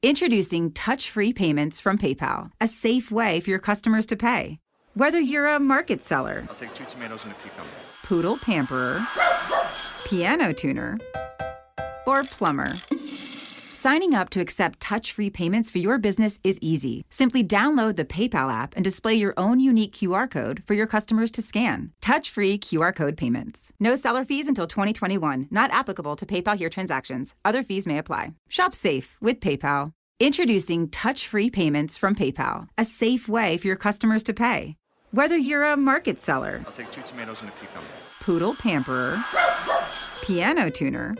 Introducing touch-free payments from PayPal, a safe way for your customers to pay. Whether you're a market seller, I'll take 2 tomatoes and a cucumber. poodle pamperer, piano tuner, or plumber, signing up to accept touch-free payments for your business is easy. Simply download the PayPal app and display your own unique QR code for your customers to scan. Touch-free QR code payments. No seller fees until 2021. Not applicable to PayPal Here transactions. Other fees may apply. Shop safe with PayPal. Introducing touch-free payments from PayPal, a safe way for your customers to pay. Whether you're a market seller, I'll take 2 tomatoes and a cucumber. poodle pamperer, piano tuner,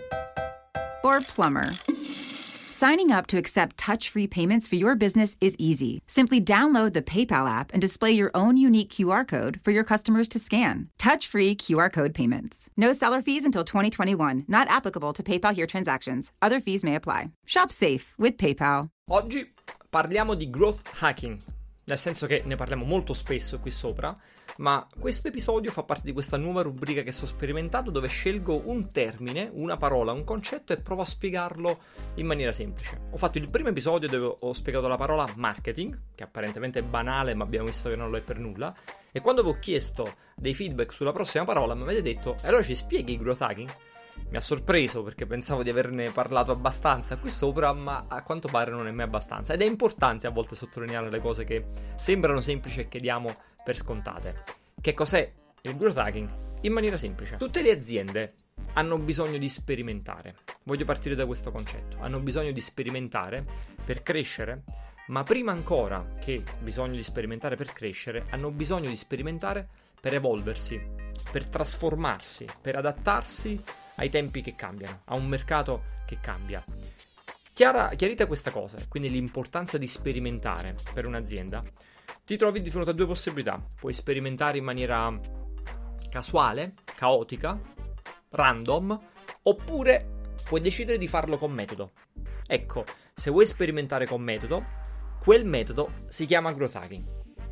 or plumber, signing up to accept touch-free payments for your business is easy. Simply download the PayPal app and display your own unique QR code for your customers to scan. Touch-free QR code payments. No seller fees until 2021. Not applicable to PayPal Here transactions. Other fees may apply. Shop safe with PayPal. Oggi parliamo di growth hacking, nel senso che ne parliamo molto spesso qui sopra, ma questo episodio fa parte di questa nuova rubrica che sto sperimentando, dove scelgo un termine, una parola, un concetto e provo a spiegarlo in maniera semplice. Ho fatto il primo episodio dove ho spiegato la parola marketing, che apparentemente è banale, ma abbiamo visto che non lo è per nulla, e quando vi ho chiesto dei feedback sulla prossima parola mi avete detto: allora ci spieghi growth hacking? Mi ha sorpreso perché pensavo di averne parlato abbastanza qui sopra, ma a quanto pare non è mai abbastanza. Ed è importante a volte sottolineare le cose che sembrano semplici e che diamo per scontate. Che cos'è il growth hacking? In maniera semplice: tutte le aziende hanno bisogno di sperimentare. Voglio partire da questo concetto. Hanno bisogno di sperimentare per crescere, ma prima ancora che bisogno di sperimentare per crescere, hanno bisogno di sperimentare per evolversi, per trasformarsi, per adattarsi ai tempi che cambiano, a un mercato che cambia. Chiarita questa cosa, quindi l'importanza di sperimentare per un'azienda, ti trovi di fronte a due possibilità. Puoi sperimentare in maniera casuale, caotica, random, oppure puoi decidere di farlo con metodo. Ecco, se vuoi sperimentare con metodo, quel metodo si chiama growth hacking.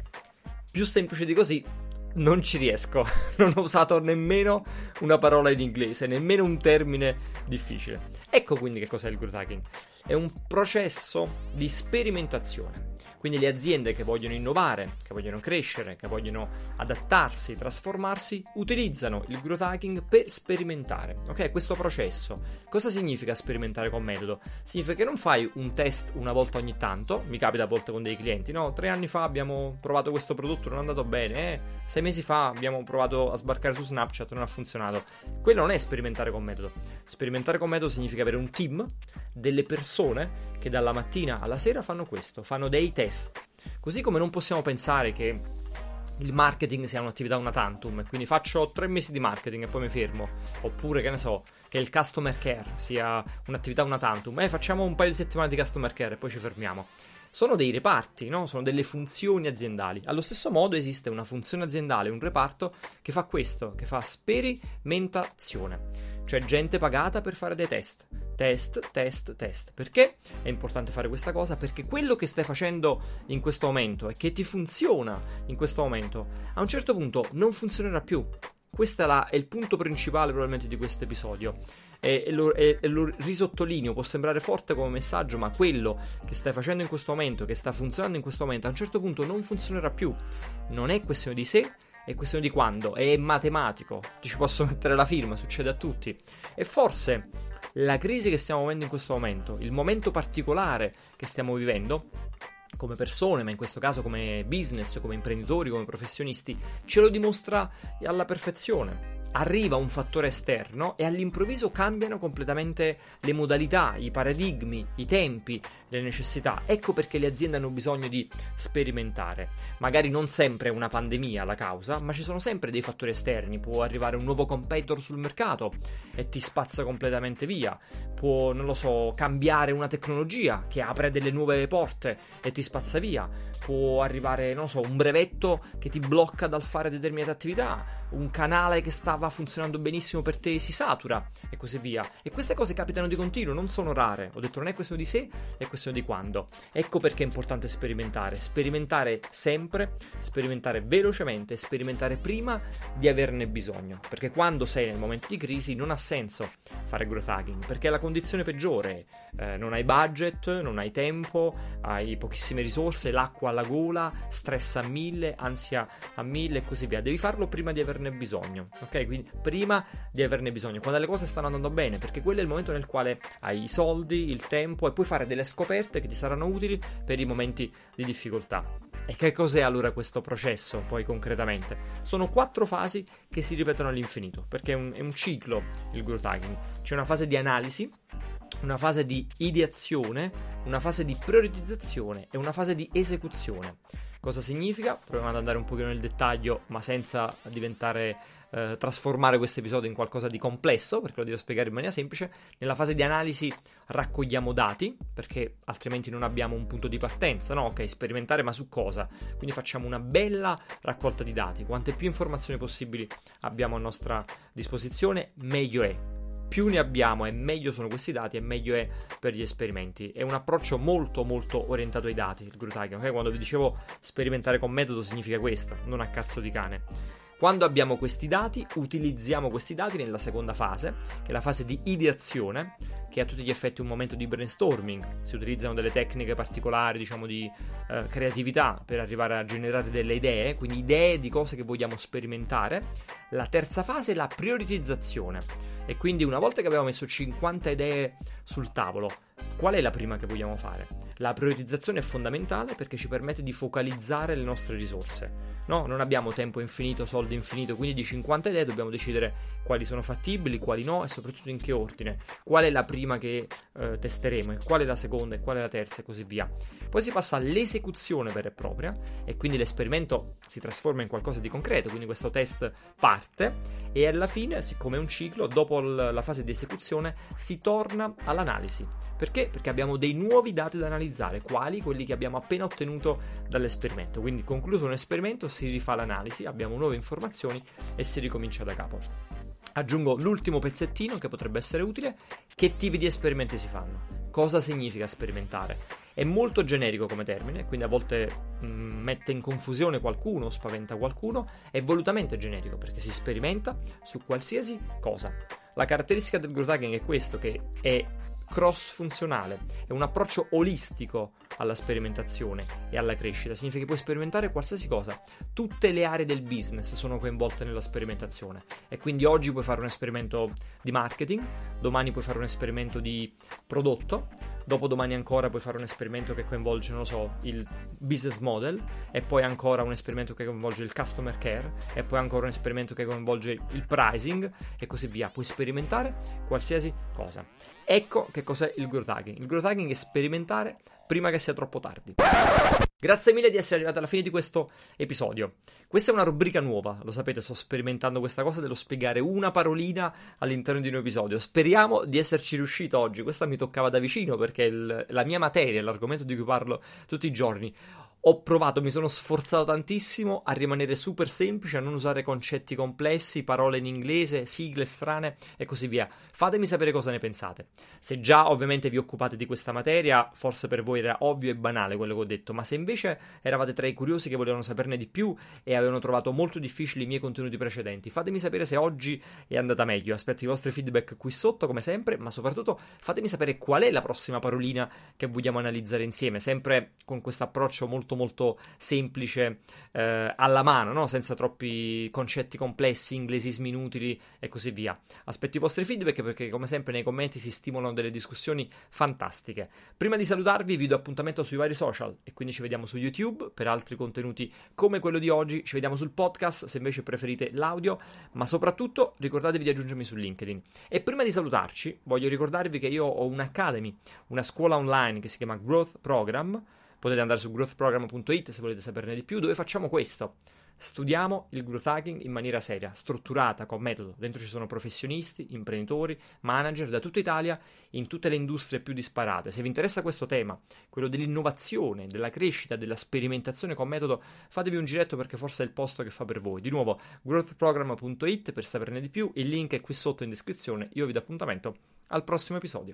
Più semplice di così non ci riesco. Non ho usato nemmeno una parola in inglese, nemmeno un termine difficile. Ecco quindi che cos'è il growth hacking. È un processo di sperimentazione. Quindi le aziende che vogliono innovare, che vogliono crescere, che vogliono adattarsi, trasformarsi, utilizzano il growth hacking per sperimentare. Ok? Questo processo. Cosa significa sperimentare con metodo? Significa che non fai un test una volta ogni tanto. Mi capita a volte con dei clienti. No, 3 anni fa abbiamo provato questo prodotto, non è andato bene. 6 mesi fa abbiamo provato a sbarcare su Snapchat, non ha funzionato. Quello non è sperimentare con metodo. Sperimentare con metodo significa avere un team, delle persone che dalla mattina alla sera fanno questo, fanno dei test. Così come non possiamo pensare che il marketing sia un'attività una tantum, quindi faccio 3 mesi di marketing e poi mi fermo, oppure che ne so, che il customer care sia un'attività una tantum, facciamo un paio di settimane di customer care e poi ci fermiamo. Sono dei reparti, no? Sono delle funzioni aziendali. Allo stesso modo esiste una funzione aziendale, un reparto che fa questo, che fa sperimentazione. Cioè gente pagata per fare dei test. Test. Perché è importante fare questa cosa? Perché quello che stai facendo in questo momento e che ti funziona in questo momento, a un certo punto non funzionerà più. Questo è il punto principale probabilmente di questo episodio. E lo risottolineo, può sembrare forte come messaggio, ma quello che stai facendo in questo momento, che sta funzionando in questo momento, a un certo punto non funzionerà più. Non è questione di se, è questione di quando, è matematico, ci posso mettere la firma, succede a tutti. E forse la crisi che stiamo vivendo in questo momento, il momento particolare che stiamo vivendo come persone, ma in questo caso come business, come imprenditori, come professionisti, ce lo dimostra alla perfezione. Arriva un fattore esterno e all'improvviso cambiano completamente le modalità, i paradigmi, i tempi, le necessità. Ecco perché le aziende hanno bisogno di sperimentare. Magari non sempre è una pandemia la causa, ma ci sono sempre dei fattori esterni. Può arrivare un nuovo competitor sul mercato e ti spazza completamente via. Può, non lo so, cambiare una tecnologia che apre delle nuove porte e ti spazza via. Può arrivare, non so, un brevetto che ti blocca dal fare determinate attività. Un canale che stava funzionando benissimo per te si satura e così via. E queste cose capitano di continuo, non sono rare. Ho detto non è questione di se, è questione di quando. Ecco perché è importante sperimentare sempre, sperimentare velocemente, sperimentare prima di averne bisogno, perché quando sei nel momento di crisi non ha senso fare growth hacking, perché è la condizione peggiore. non hai budget, non hai tempo, hai pochissime risorse, l'acqua alla gola, stress a 1000, ansia a 1000 e così via. Devi farlo prima di averne bisogno, ok? Quindi prima di averne bisogno, quando le cose stanno andando bene, perché quello è il momento nel quale hai i soldi, il tempo e puoi fare delle scoperte che ti saranno utili per i momenti di difficoltà. E che cos'è allora questo processo poi concretamente? Sono 4 fasi che si ripetono all'infinito, perché è un ciclo il growth hacking. C'è una fase di analisi, una fase di ideazione, una fase di prioritizzazione e una fase di esecuzione. Cosa significa? Proviamo ad andare un pochino nel dettaglio, ma senza trasformare questo episodio in qualcosa di complesso, perché lo devo spiegare in maniera semplice. Nella fase di analisi raccogliamo dati, perché altrimenti non abbiamo un punto di partenza, no? Ok, sperimentare, ma su cosa? Quindi facciamo una bella raccolta di dati. Quante più informazioni possibili abbiamo a nostra disposizione, meglio è. Più ne abbiamo e meglio sono questi dati e meglio è per gli esperimenti. È un approccio molto molto orientato ai dati, il growth hacking, okay? Quando vi dicevo sperimentare con metodo significa questo, non a cazzo di cane. Quando abbiamo questi dati, utilizziamo questi dati nella seconda fase, che è la fase di ideazione, che è a tutti gli effetti un momento di brainstorming. Si utilizzano delle tecniche particolari, diciamo, di creatività per arrivare a generare delle idee, quindi idee di cose che vogliamo sperimentare. La terza fase è la prioritizzazione. E quindi una volta che abbiamo messo 50 idee sul tavolo, qual è la prima che vogliamo fare? La prioritizzazione è fondamentale perché ci permette di focalizzare le nostre risorse. No, non abbiamo tempo infinito, soldi infinito, quindi di 50 idee dobbiamo decidere quali sono fattibili, quali no e soprattutto in che ordine. Qual è la prima che testeremo, e qual è la seconda e qual è la terza e così via. Poi si passa all'esecuzione vera e propria e quindi l'esperimento si trasforma in qualcosa di concreto, quindi questo test parte e alla fine, siccome è un ciclo, dopo la fase di esecuzione si torna all'analisi. Perché? Perché abbiamo dei nuovi dati da analizzare, quali? Quelli che abbiamo appena ottenuto dall'esperimento. Quindi concluso un esperimento si rifà l'analisi, abbiamo nuove informazioni e si ricomincia da capo. Aggiungo l'ultimo pezzettino che potrebbe essere utile: che tipi di esperimenti si fanno? Cosa significa sperimentare? È molto generico come termine, quindi a volte mette in confusione qualcuno, spaventa qualcuno. È volutamente generico perché si sperimenta su qualsiasi cosa. La caratteristica del growth hacking è questo, che è cross funzionale, è un approccio olistico alla sperimentazione e alla crescita. Significa che puoi sperimentare qualsiasi cosa, tutte le aree del business sono coinvolte nella sperimentazione e quindi oggi puoi fare un esperimento di marketing, domani puoi fare un esperimento di prodotto, dopodomani ancora puoi fare un esperimento che coinvolge, non lo so, il business model, e poi ancora un esperimento che coinvolge il customer care, e poi ancora un esperimento che coinvolge il pricing e così via. Puoi sperimentare qualsiasi cosa. Ecco che cos'è il growth hacking. Il growth hacking è sperimentare prima che sia troppo tardi. Grazie mille di essere arrivati alla fine di questo episodio. Questa è una rubrica nuova, lo sapete, sto sperimentando questa cosa dello spiegare una parolina all'interno di un episodio. Speriamo di esserci riuscito oggi. Questa mi toccava da vicino perché è la mia materia, l'argomento di cui parlo tutti i giorni. Ho provato, mi sono sforzato tantissimo a rimanere super semplice, a non usare concetti complessi, parole in inglese, sigle strane e così via. Fatemi sapere cosa ne pensate. Se già ovviamente vi occupate di questa materia, forse per voi era ovvio e banale quello che ho detto, ma se invece eravate tra i curiosi che volevano saperne di più e avevano trovato molto difficili i miei contenuti precedenti, fatemi sapere se oggi è andata meglio. Aspetto i vostri feedback qui sotto come sempre, ma soprattutto fatemi sapere qual è la prossima parolina che vogliamo analizzare insieme, sempre con questo approccio molto semplice, alla mano, no? Senza troppi concetti complessi, inglesismi inutili e così via. Aspetto i vostri feedback perché come sempre nei commenti si stimolano delle discussioni fantastiche. Prima di salutarvi vi do appuntamento sui vari social e quindi ci vediamo su YouTube per altri contenuti come quello di oggi, ci vediamo sul podcast se invece preferite l'audio, ma soprattutto ricordatevi di aggiungermi su LinkedIn. E prima di salutarci voglio ricordarvi che io ho un'academy, una scuola online che si chiama Growth Program. Potete andare su growthprogram.it se volete saperne di più, dove facciamo questo. Studiamo il growth hacking in maniera seria, strutturata, con metodo. Dentro ci sono professionisti, imprenditori, manager da tutta Italia, in tutte le industrie più disparate. Se vi interessa questo tema, quello dell'innovazione, della crescita, della sperimentazione con metodo, fatevi un giretto perché forse è il posto che fa per voi. Di nuovo, growthprogram.it per saperne di più, il link è qui sotto in descrizione. Io vi do appuntamento al prossimo episodio.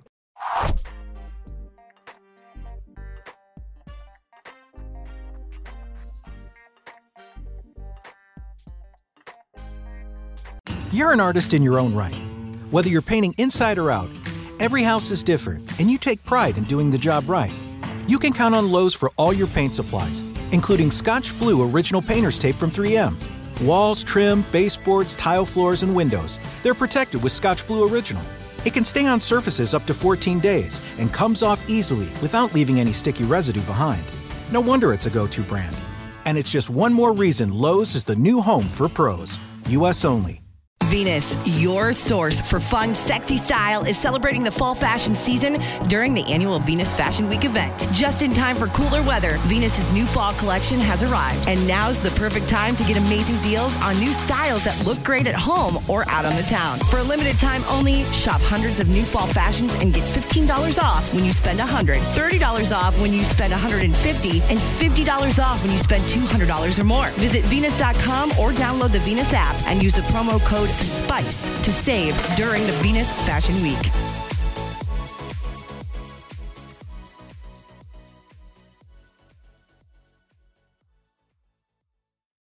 You're an artist in your own right. Whether you're painting inside or out, Every house is different, and you take pride in doing the job right. You can count on Lowe's for all your paint supplies, including Scotch Blue Original Painter's Tape from 3M. Walls, trim, baseboards, tile floors, and windows. They're protected with Scotch Blue Original. It can stay on surfaces up to 14 days and comes off easily without leaving any sticky residue behind. No wonder it's a go-to brand. And it's just one more reason Lowe's is the new home for pros. U.S. only. Venus, your source for fun, sexy style, is celebrating the fall fashion season during the annual Venus Fashion Week event. Just in time for cooler weather, Venus's new fall collection has arrived, and now's the perfect time to get amazing deals on new styles that look great at home or out on the town. For a limited time only, shop hundreds of new fall fashions and get $15 off when you spend $100, $30 off when you spend $150, and $50 off when you spend $200 or more. Visit Venus.com or download the Venus app and use the promo code SPICE to save during the Venus Fashion Week.